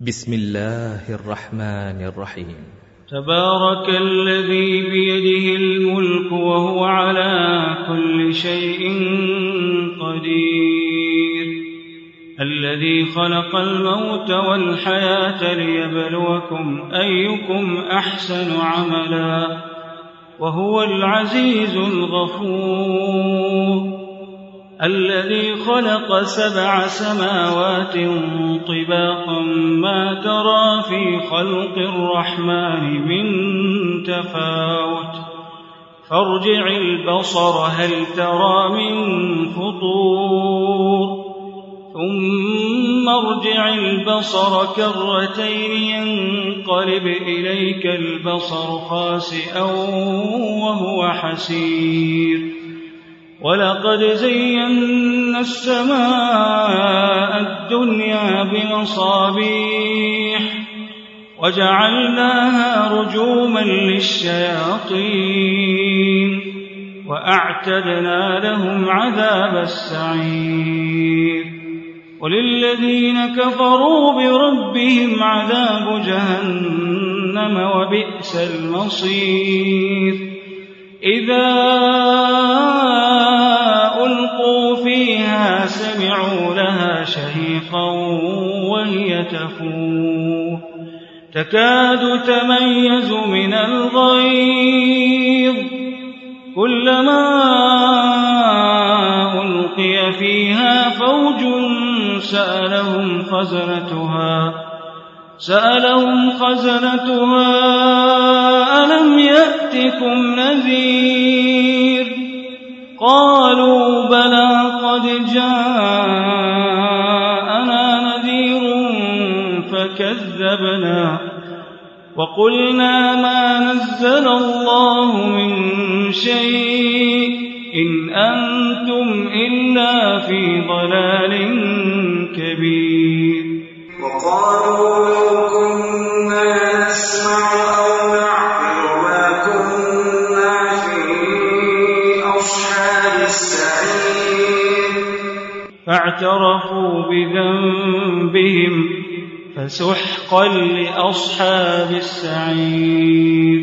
بسم الله الرحمن الرحيم. تبارك الذي بيده الملك وهو على كل شيء قدير، الذي خلق الموت والحياة ليبلوكم أيكم أحسن عملا وهو العزيز الغفور، الذي خلق 7 سماوات طباقا ما ترى في خلق الرحمن من تفاوت، فارجع البصر هل ترى من فطور، ثم ارجع البصر كرتين ينقلب إليك البصر خاسئا وهو حسير، ولقد زينا السماء الدنيا بمصابيح وجعلناها رجوما للشياطين وأعتدنا لهم عذاب السعير، وللذين كفروا بربهم عذاب جهنم وبئس المصير، إذا ألقوا فيها سمعوا لها شهيقا وهي تفور، تكاد تميز من الغيظ، كلما ألقي فيها فوج سألهم خزنتها ألم يأتكم نذير، قالوا بلى قد جاءنا نذير فكذبنا وقلنا ما نزل الله من شيء إن أنتم إلا في ضلال كبير. وقالوا لو كنا نسمع أو نعقل ما كنا في أصحاب السعير، فاعترفوا بذنبهم فسحقا لأصحاب السعير.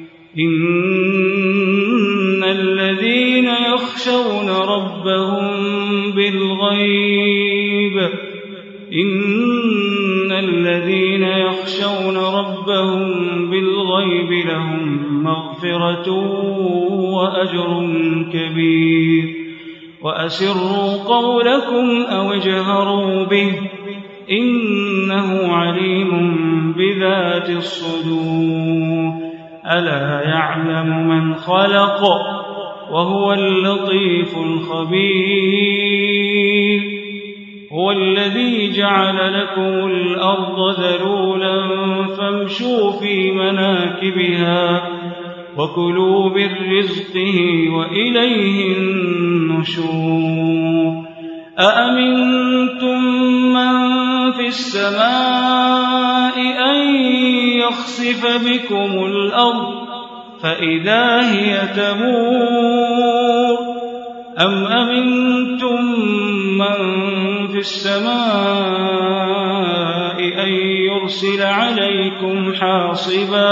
إن الذين يخشون ربهم بالغيب لهم مغفرة وأجر كبير، وأسروا قولكم أو اجهروا به إنه عليم بذات الصدور، ألا يعلم من خلق وهو اللطيف الخبير. هو الذي جعل لكم الأرض ذلولا فامشوا في مناكبها وكلوا من رزقه وإليه النشور. أأمنتم من في السماء أن يخسف بكم الأرض فإذا هي تمور، أم أمنتم من في السماء أن يرسل عليكم حاصبا،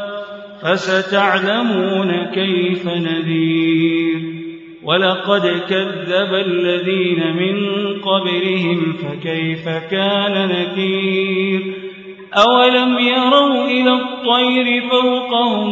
فستعلمون كيف نذير. ولقد كذب الذين من قبلهم فكيف كان نكير. أولم يروا إلى الطير فوقهم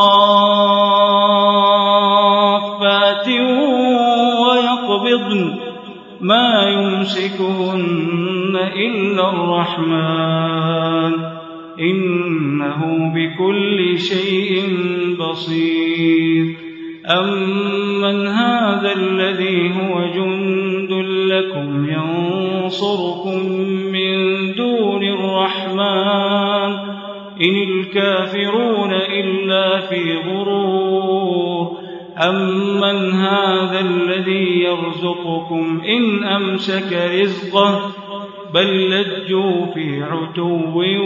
صافات ويقبضن ما يمسكهن إلا الرحمن إنه بكل شيء بصير. أمن هذا الذي هو جند لكم ينصركم من دون الرحمن إن الكافرون إلا في غرور. أمن هذا الذي يرزقكم إن أمسك رزقه بل لجوا في عتو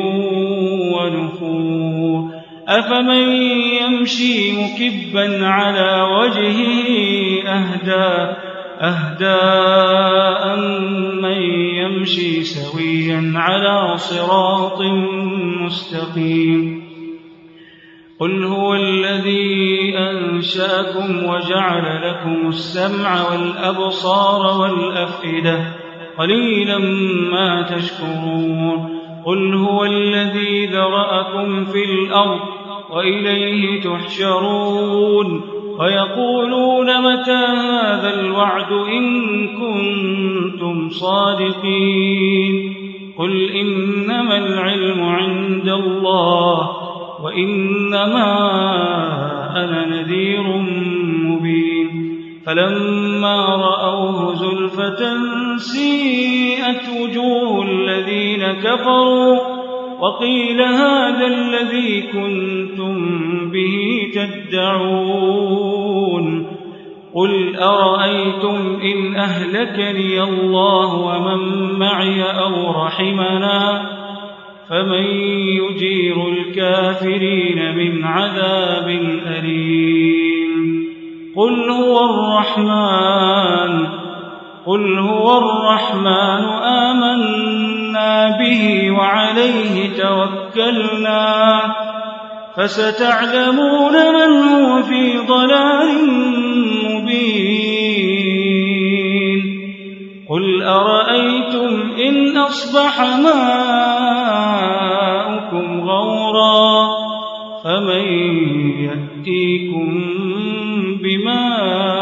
ونفور. أفمن يمشي مكبا على وجهه أهدى أهدى أمن يمشي سويا على صراط مستقيم قل هو الذي أنشأكم وجعل لكم السمع والأبصار والأفئدة قليلا ما تشكرون قل هو الذي ذرأكم في الأرض وإليه تحشرون ويقولون متى هذا الوعد إن كنتم صادقين قل إنما العلم عند الله وإنما أنا نذير مبين فلما رأوه زلفة سيئت وجوه الذين كفروا وقيل هذا الذي كنتم به تدعون قل أرأيتم إن أهلكني الله ومن معي أو رحمنا فمن يجير الكافرين من عذاب أليم قل هو الرحمن آمنا به وعليه توكلنا فستعلمون من هو في ضلال مبين قل أرأيتم إن أصبح ماؤكم غورا فمن يأتيكم بماء